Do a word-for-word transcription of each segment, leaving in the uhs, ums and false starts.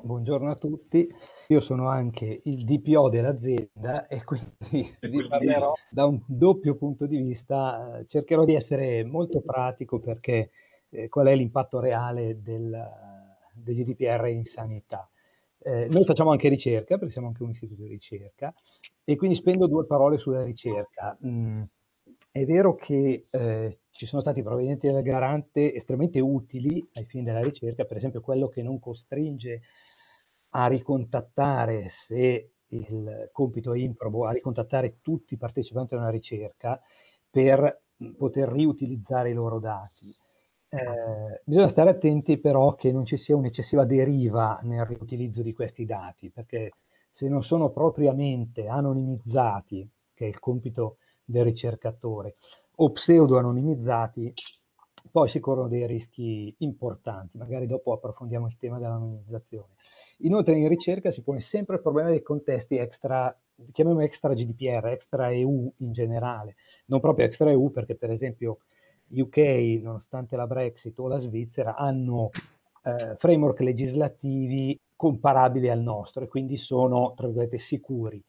Buongiorno a tutti, io sono anche il D P O dell'azienda e quindi E vi quindi parlerò da un doppio punto di vista. Eh, cercherò di essere molto pratico perché eh, qual è l'impatto reale del, degli G D P R in sanità. Eh, noi facciamo anche ricerca, perché siamo anche un istituto di ricerca, e quindi spendo due parole sulla ricerca. Mm, è vero che eh, ci sono stati provvedimenti del garante estremamente utili ai fini della ricerca, per esempio quello che non costringe a ricontattare, se il compito è improbo, a ricontattare tutti i partecipanti a una ricerca per mh, poter riutilizzare i loro dati. Eh, bisogna stare attenti però che non ci sia un'eccessiva deriva nel riutilizzo di questi dati, perché se non sono propriamente anonimizzati, che è il compito del ricercatore, o pseudo-anonimizzati, poi si corrono dei rischi importanti. Magari dopo approfondiamo il tema dell'anonimizzazione. Inoltre in ricerca si pone sempre il problema dei contesti extra, chiamiamo extra G D P R, extra E U in generale, non proprio extra E U perché per esempio U K, nonostante la Brexit, o la Svizzera hanno eh, framework legislativi comparabili al nostro e quindi sono, tra virgolette, sicuri.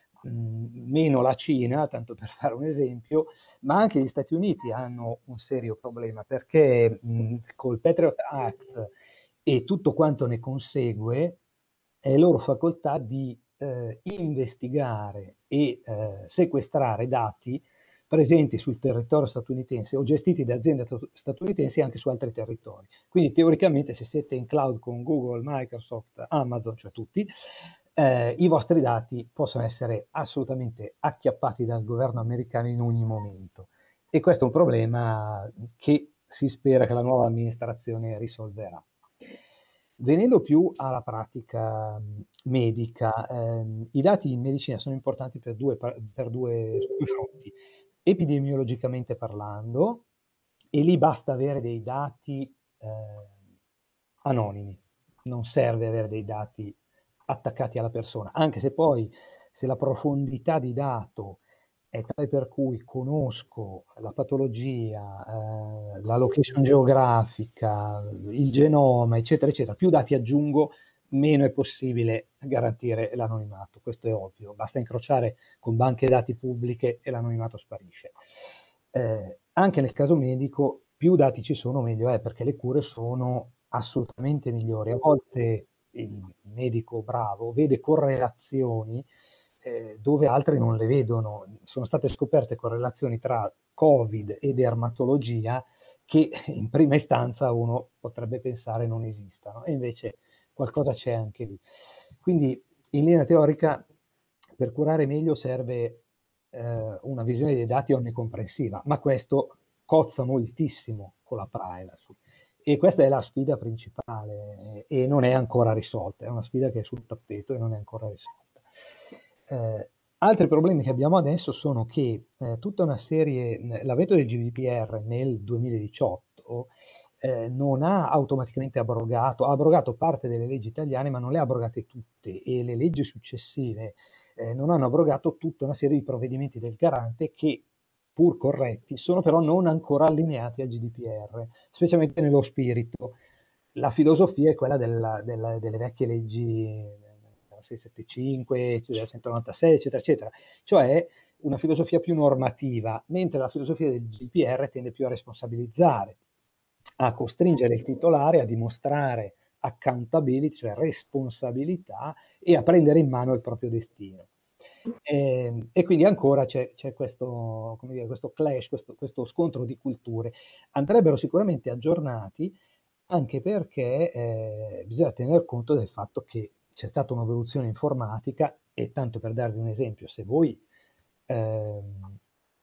Mm, meno la Cina, tanto per fare un esempio, ma anche gli Stati Uniti hanno un serio problema perché mh, col Patriot Act e tutto quanto ne consegue è loro facoltà di eh, investigare e eh, sequestrare dati presenti sul territorio statunitense o gestiti da aziende statunitensi anche su altri territori. Quindi teoricamente se siete in cloud con Google, Microsoft, Amazon, cioè tutti, eh, i vostri dati possono essere assolutamente acchiappati dal governo americano in ogni momento. E questo è un problema che si spera che la nuova amministrazione risolverà. Venendo più alla pratica mh, medica, ehm, i dati in medicina sono importanti per due, pa- per due, su due fronti. Epidemiologicamente parlando, e lì basta avere dei dati eh, anonimi, non serve avere dei dati attaccati alla persona, anche se poi se la profondità di dato è tale per cui conosco la patologia, eh, la location geografica, il genoma, eccetera, eccetera, più dati aggiungo, meno è possibile garantire l'anonimato. Questo è ovvio, basta incrociare con banche dati pubbliche e l'anonimato sparisce. Eh, anche nel caso medico, più dati ci sono, meglio è, perché le cure sono assolutamente migliori. A volte il medico bravo vede correlazioni eh, dove altri non le vedono. Sono state scoperte correlazioni tra Covid e dermatologia che in prima istanza uno potrebbe pensare non esistano, e invece qualcosa c'è anche lì. Quindi in linea teorica per curare meglio serve eh, una visione dei dati onnicomprensiva, ma questo cozza moltissimo con la privacy. E questa è la sfida principale eh, e non è ancora risolta, è una sfida che è sul tappeto e non è ancora risolta. Eh, altri problemi che abbiamo adesso sono che eh, tutta una serie, l'avvento del G D P R nel duemiladiciotto eh, non ha automaticamente abrogato, ha abrogato parte delle leggi italiane, ma non le ha abrogate tutte, e le leggi successive eh, non hanno abrogato tutta una serie di provvedimenti del garante che, pur corretti, sono però non ancora allineati al G D P R, specialmente nello spirito. La filosofia è quella della, della, delle vecchie leggi seicentosettantacinque, del centonovantasei, eccetera, eccetera, cioè una filosofia più normativa, mentre la filosofia del G D P R tende più a responsabilizzare, a costringere il titolare a dimostrare accountability, cioè responsabilità, e a prendere in mano il proprio destino. E, e quindi ancora c'è, c'è questo, come dire, questo clash, questo, questo scontro di culture. Andrebbero sicuramente aggiornati anche perché eh, bisogna tener conto del fatto che c'è stata un'evoluzione informatica e tanto per darvi un esempio, se voi ehm,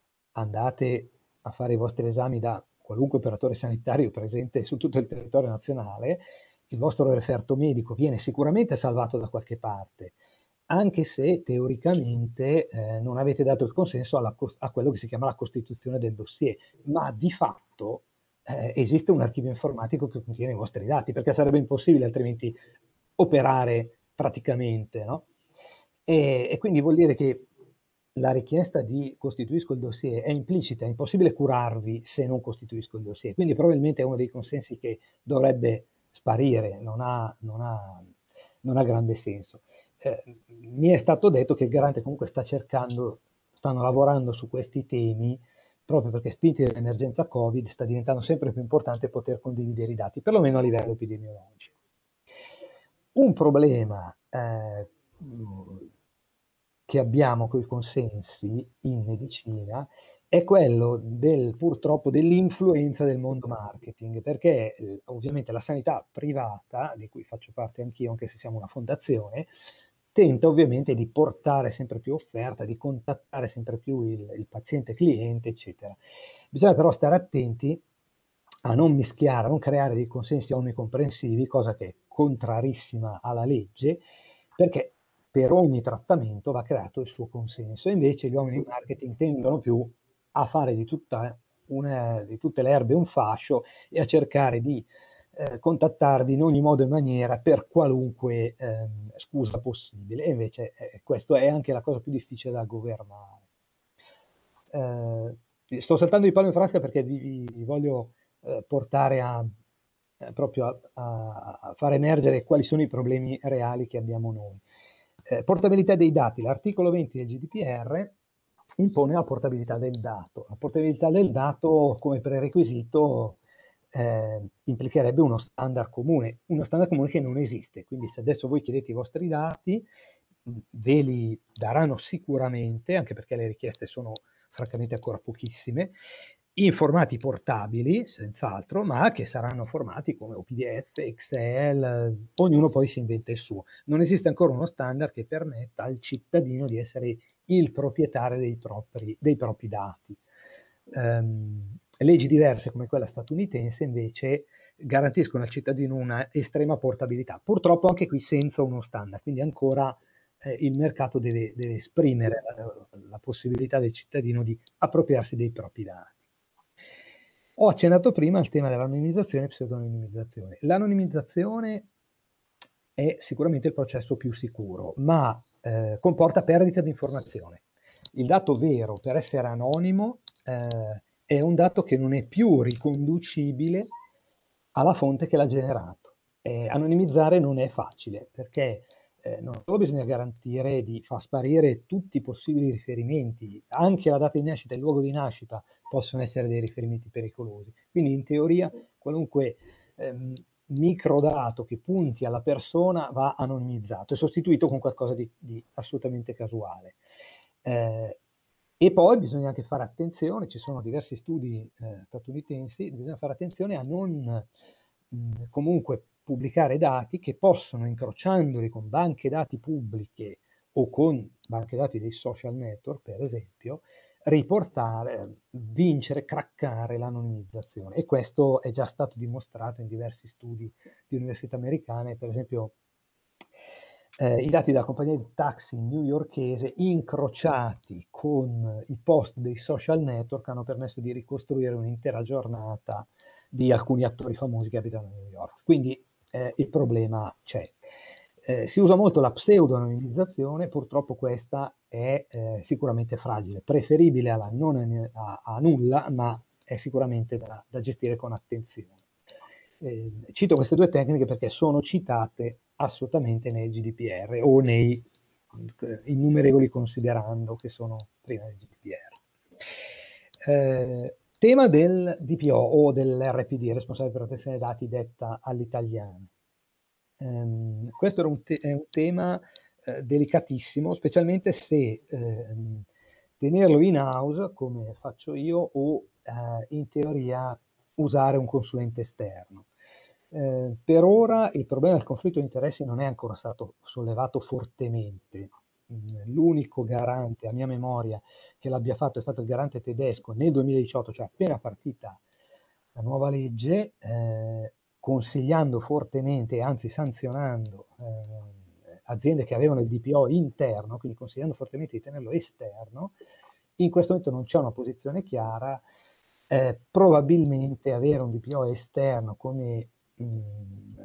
andate a fare i vostri esami da qualunque operatore sanitario presente su tutto il territorio nazionale, il vostro referto medico viene sicuramente salvato da qualche parte, anche se teoricamente eh, non avete dato il consenso alla, a quello che si chiama la costituzione del dossier, ma di fatto eh, esiste un archivio informatico che contiene i vostri dati, perché sarebbe impossibile altrimenti operare praticamente, no? E, e quindi vuol dire che la richiesta di costituisco il dossier è implicita, è impossibile curarvi se non costituisco il dossier, quindi probabilmente è uno dei consensi che dovrebbe sparire, non ha, non ha non ha grande senso. Eh, mi è stato detto che il garante comunque sta cercando, stanno lavorando su questi temi, proprio perché spinti dall'emergenza Covid sta diventando sempre più importante poter condividere i dati, perlomeno a livello epidemiologico. Un problema eh, che abbiamo con i consensi in medicina è quello del, purtroppo dell'influenza del mondo marketing, perché eh, ovviamente la sanità privata, di cui faccio parte anch'io, anche se siamo una fondazione, tenta ovviamente di portare sempre più offerta, di contattare sempre più il, il paziente cliente, eccetera. Bisogna però stare attenti a non mischiare, a non creare dei consensi omnicomprensivi, cosa che è contrarissima alla legge, perché per ogni trattamento va creato il suo consenso. E invece gli uomini di marketing tendono più a fare di, tutta una, di tutte le erbe un fascio e a cercare di eh, contattarvi in ogni modo e maniera per qualunque eh, scusa possibile. E invece eh, questo è anche la cosa più difficile da governare. Eh, sto saltando di palo in frasca perché vi, vi, vi voglio eh, portare a, eh, proprio a, a, a far emergere quali sono i problemi reali che abbiamo noi. Eh, portabilità dei dati. L'articolo venti del G D P R impone la portabilità del dato. La portabilità del dato come prerequisito eh, implicherebbe uno standard comune, uno standard comune che non esiste. Quindi se adesso voi chiedete i vostri dati, ve li daranno sicuramente, anche perché le richieste sono francamente ancora pochissime, in formati portabili, senz'altro, ma che saranno formati come O P D F, Excel, ognuno poi si inventa il suo. Non esiste ancora uno standard che permetta al cittadino di essere il proprietario dei propri, dei propri dati. Um, leggi diverse come quella statunitense invece garantiscono al cittadino una estrema portabilità, purtroppo anche qui senza uno standard, quindi ancora eh, il mercato deve, deve esprimere la, la possibilità del cittadino di appropriarsi dei propri dati. Ho accennato prima al tema dell'anonimizzazione e pseudonimizzazione. L'anonimizzazione è sicuramente il processo più sicuro, ma eh, comporta perdita di informazione. Il dato vero, per essere anonimo, eh, è un dato che non è più riconducibile alla fonte che l'ha generato. Eh, anonimizzare non è facile, perché eh, non solo bisogna garantire di far sparire tutti i possibili riferimenti, anche la data di nascita e il luogo di nascita possono essere dei riferimenti pericolosi. Quindi in teoria qualunque ehm, microdato che punti alla persona va anonimizzato e sostituito con qualcosa di, di assolutamente casuale. Eh, e poi bisogna anche fare attenzione, ci sono diversi studi eh, statunitensi, bisogna fare attenzione a non mh, comunque pubblicare dati che possono, incrociandoli con banche dati pubbliche o con banche dati dei social network, per esempio, riportare, vincere, craccare l'anonimizzazione. E questo è già stato dimostrato in diversi studi di università americane, per esempio eh, i dati della compagnia di taxi newyorkese incrociati con i post dei social network hanno permesso di ricostruire un'intera giornata di alcuni attori famosi che abitano a New York. Quindi eh, il problema c'è. Eh, si usa molto la pseudo-anonimizzazione, purtroppo questa è eh, sicuramente fragile, preferibile alla non a, a nulla, ma è sicuramente da, da gestire con attenzione. Eh, cito queste due tecniche perché sono citate assolutamente nel G D P R o nei eh, innumerevoli considerando che sono prima del G D P R. Eh, tema del D P O o dell'R P D, responsabile per la protezione dei dati detta all'italiana. Um, questo era un te- è un tema eh, delicatissimo, specialmente se eh, tenerlo in house, come faccio io, o eh, in teoria usare un consulente esterno. Eh, per ora il problema del conflitto di interessi non è ancora stato sollevato fortemente. L'unico garante, a mia memoria, che l'abbia fatto è stato il garante tedesco nel duemiladiciotto, cioè appena partita la nuova legge, eh, consigliando fortemente, anzi sanzionando eh, aziende che avevano il D P O interno, quindi consigliando fortemente di tenerlo esterno. In questo momento non c'è una posizione chiara, eh, probabilmente avere un D P O esterno come mh,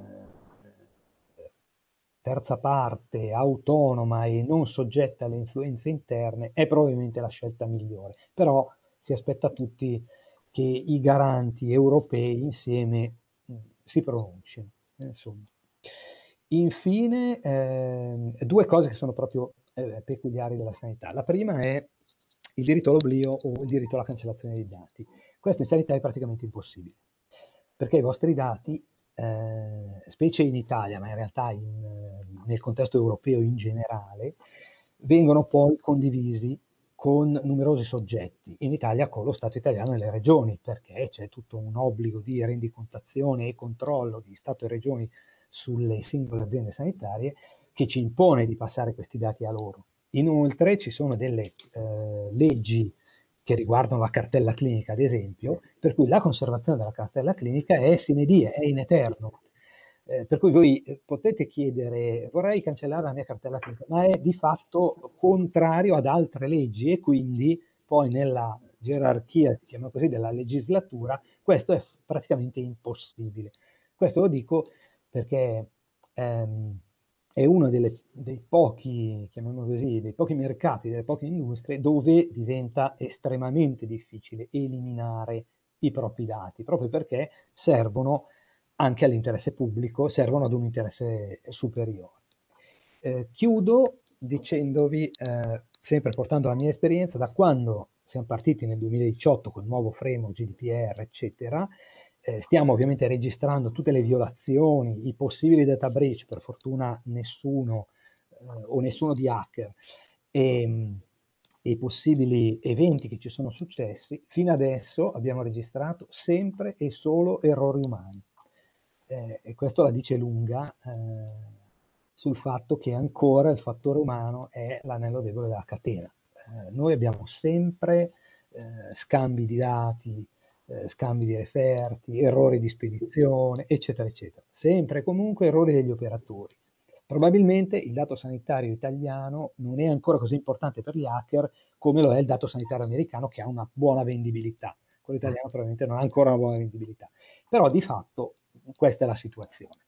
terza parte, autonoma e non soggetta alle influenze interne è probabilmente la scelta migliore, però si aspetta tutti che i garanti europei insieme mh, si pronuncino. Insomma. Infine, ehm, due cose che sono proprio eh, peculiari della sanità. La prima è il diritto all'oblio o il diritto alla cancellazione dei dati. Questo in sanità è praticamente impossibile, perché i vostri dati, eh, specie in Italia, ma in realtà in, nel contesto europeo in generale, vengono poi condivisi con numerosi soggetti, in Italia con lo Stato italiano e le regioni, perché c'è tutto un obbligo di rendicontazione e controllo di Stato e regioni sulle singole aziende sanitarie che ci impone di passare questi dati a loro. Inoltre ci sono delle eh, leggi che riguardano la cartella clinica, ad esempio, per cui la conservazione della cartella clinica è sine die, è in eterno. Eh, per cui voi eh, potete chiedere, vorrei cancellare la mia cartella clinica, ma è di fatto contrario ad altre leggi e quindi poi nella gerarchia, diciamo così, della legislatura, questo è praticamente impossibile. Questo lo dico perché ehm, è uno delle, dei pochi, chiamiamolo così, dei pochi mercati, delle poche industrie dove diventa estremamente difficile eliminare i propri dati, proprio perché servono anche all'interesse pubblico, servono ad un interesse superiore. Eh, chiudo dicendovi, eh, sempre portando la mia esperienza, da quando siamo partiti nel duemiladiciotto col nuovo framework G D P R, eccetera, eh, stiamo ovviamente registrando tutte le violazioni, i possibili data breach, per fortuna nessuno eh, o nessuno di hacker, e, e i possibili eventi che ci sono successi. Fino adesso abbiamo registrato sempre e solo errori umani. Eh, e questo la dice lunga eh, sul fatto che ancora il fattore umano è l'anello debole della catena. Eh, noi abbiamo sempre eh, scambi di dati, eh, scambi di referti, errori di spedizione, eccetera, eccetera. Sempre e comunque errori degli operatori. Probabilmente il dato sanitario italiano non è ancora così importante per gli hacker come lo è il dato sanitario americano, che ha una buona vendibilità. Quello italiano probabilmente non ha ancora una buona vendibilità. Però di fatto questa è la situazione.